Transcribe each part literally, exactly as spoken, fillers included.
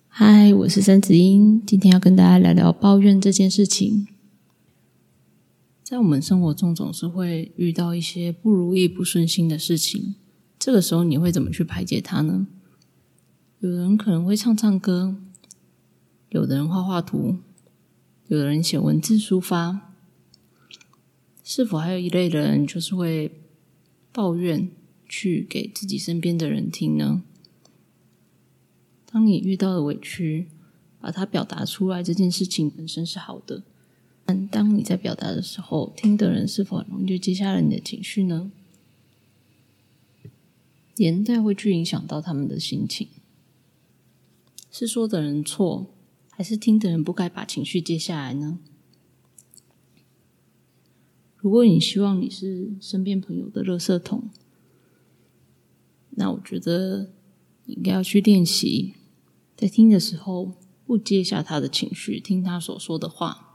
嗨，我是三子英，今天要跟大家聊聊抱怨这件事情。在我们生活中总是会遇到一些不如意不顺心的事情，这个时候你会怎么去排解它呢？有人可能会唱唱歌，有的人画画图，有的人写文字抒发，是否还有一类的人就是会抱怨去给自己身边的人听呢？当你遇到的委屈，把它表达出来，这件事情本身是好的。但当你在表达的时候，听的人是否很容易就接下了你的情绪呢？连带会去影响到他们的心情。是说的人错，还是听的人不该把情绪接下来呢？如果你希望你是身边朋友的垃圾桶，那我觉得你应该要去练习，在听的时候不接下他的情绪，听他所说的话，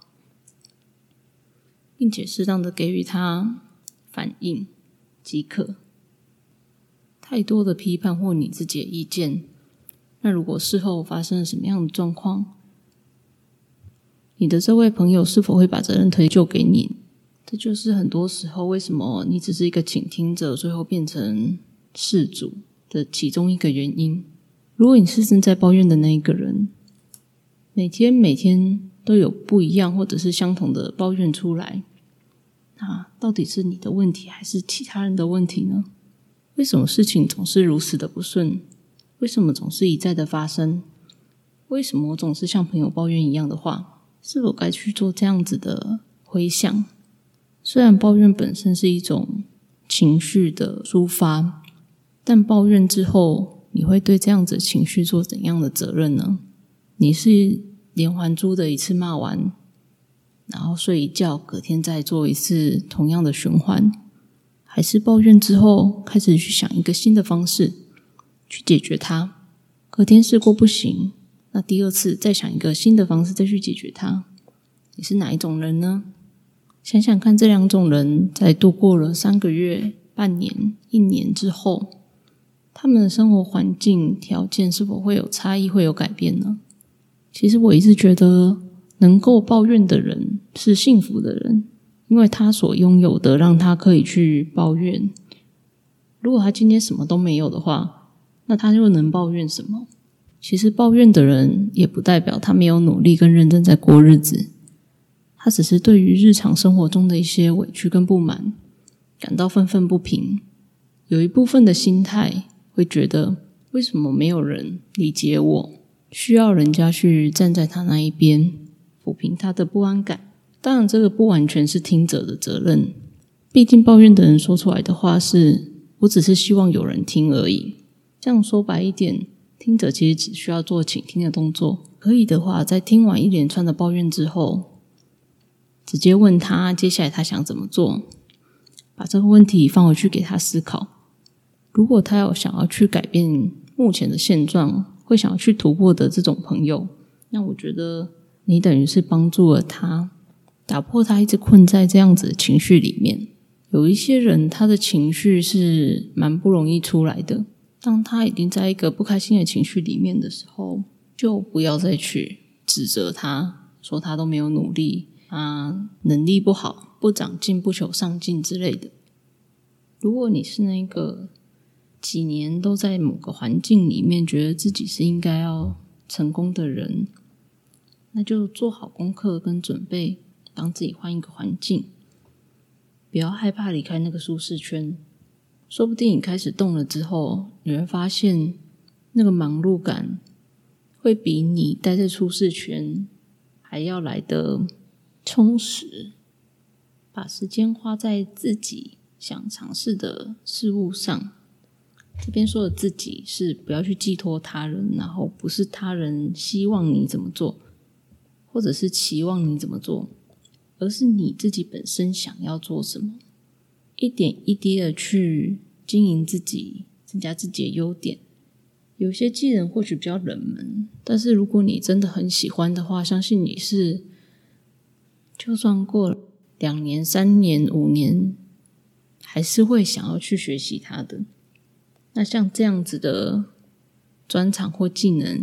并且适当的给予他反应即可。太多的批判或你自己的意见，那如果事后发生了什么样的状况，你的这位朋友是否会把责任推究给你？这就是很多时候为什么你只是一个倾听者，最后变成事主的其中一个原因。如果你是正在抱怨的那一个人，每天每天都有不一样或者是相同的抱怨出来，那到底是你的问题还是其他人的问题呢？为什么事情总是如此的不顺？为什么总是一再的发生？为什么我总是像朋友抱怨一样的话？是否该去做这样子的回想？虽然抱怨本身是一种情绪的抒发，但抱怨之后，你会对这样子的情绪做怎样的责任呢？你是连环珠的一次骂完，然后睡一觉，隔天再做一次同样的循环，还是抱怨之后开始去想一个新的方式去解决它，隔天试过不行，那第二次再想一个新的方式再去解决它。你是哪一种人呢？想想看，这两种人在度过了三个月、半年、一年之后，他们的生活环境条件是否会有差异，会有改变呢？其实我一直觉得能够抱怨的人是幸福的人，因为他所拥有的让他可以去抱怨。如果他今天什么都没有的话，那他又能抱怨什么？其实抱怨的人也不代表他没有努力跟认真在过日子，他只是对于日常生活中的一些委屈跟不满感到愤愤不平。有一部分的心态会觉得，为什么没有人理解我？需要人家去站在他那一边，抚平他的不安感。当然这个不完全是听者的责任，毕竟抱怨的人说出来的话是，我只是希望有人听而已。这样说白一点，听者其实只需要做倾听的动作。可以的话，在听完一连串的抱怨之后，直接问他接下来他想怎么做，把这个问题放回去给他思考。如果他有想要去改变目前的现状，会想要去突破的这种朋友，那我觉得你等于是帮助了他，打破他一直困在这样子的情绪里面。有一些人他的情绪是蛮不容易出来的，当他已经在一个不开心的情绪里面的时候，就不要再去指责他，说他都没有努力，他能力不好，不长进，不求上进之类的。如果你是那个几年都在某个环境里面觉得自己是应该要成功的人，那就做好功课跟准备，帮自己换一个环境，不要害怕离开那个舒适圈。说不定你开始动了之后，你会发现那个忙碌感会比你待在舒适圈还要来得充实。把时间花在自己想尝试的事物上，这边说的自己是不要去寄托他人，然后不是他人希望你怎么做，或者是期望你怎么做，而是你自己本身想要做什么，一点一滴的去经营自己，增加自己的优点。有些技能或许比较冷门，但是如果你真的很喜欢的话，相信你是就算过了两年、三年、五年，还是会想要去学习它的。那像这样子的专长或技能，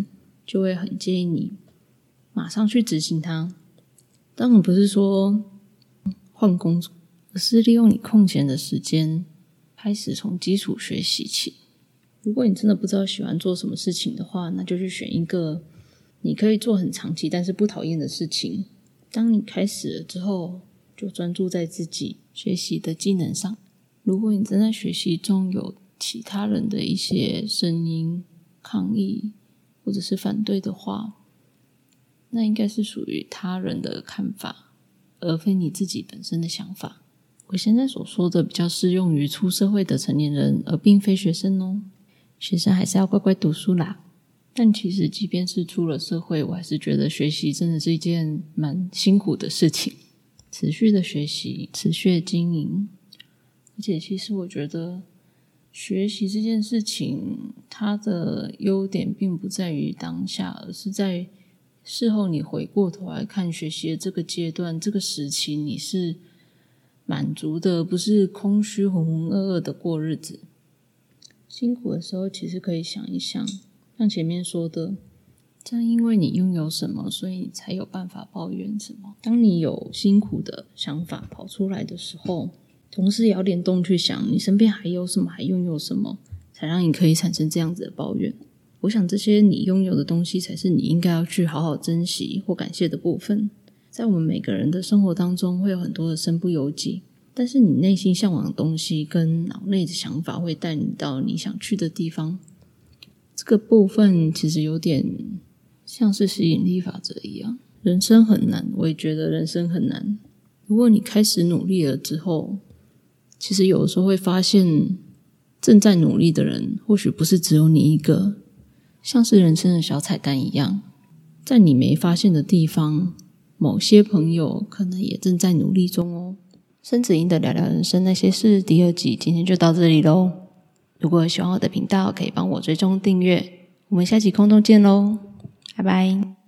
就会很建议你马上去执行它。当然不是说换工作，而是利用你空闲的时间开始从基础学习起。如果你真的不知道喜欢做什么事情的话，那就去选一个你可以做很长期但是不讨厌的事情。当你开始了之后，就专注在自己学习的技能上。如果你正在学习中有其他人的一些声音、抗议或者是反对的话，那应该是属于他人的看法，而非你自己本身的想法。我现在所说的比较适用于出社会的成年人，而并非学生哦。学生还是要乖乖读书啦。但其实即便是出了社会，我还是觉得学习真的是一件蛮辛苦的事情。持续的学习，持续的经营。而且其实我觉得学习这件事情，它的优点并不在于当下，而是在事后你回过头来看学习的这个阶段，这个时期你是满足的，不是空虚浑浑噩噩的过日子。辛苦的时候其实可以想一想，像前面说的，正因为你拥有什么，所以你才有办法抱怨什么。当你有辛苦的想法跑出来的时候，同时也要联动去想你身边还有什么，还拥有什么，才让你可以产生这样子的抱怨。我想这些你拥有的东西才是你应该要去好好珍惜或感谢的部分。在我们每个人的生活当中会有很多的身不由己，但是你内心向往的东西跟脑内的想法会带你到你想去的地方。这个部分其实有点像是吸引力法则一样。人生很难，我也觉得人生很难。如果你开始努力了之后，其实有的时候会发现正在努力的人或许不是只有你一个，像是人生的小彩蛋一样，在你没发现的地方，某些朋友可能也正在努力中哦。生子英的聊聊人生那些事第二集今天就到这里咯。如果喜欢我的频道，可以帮我追踪订阅。我们下期空中见咯，拜拜。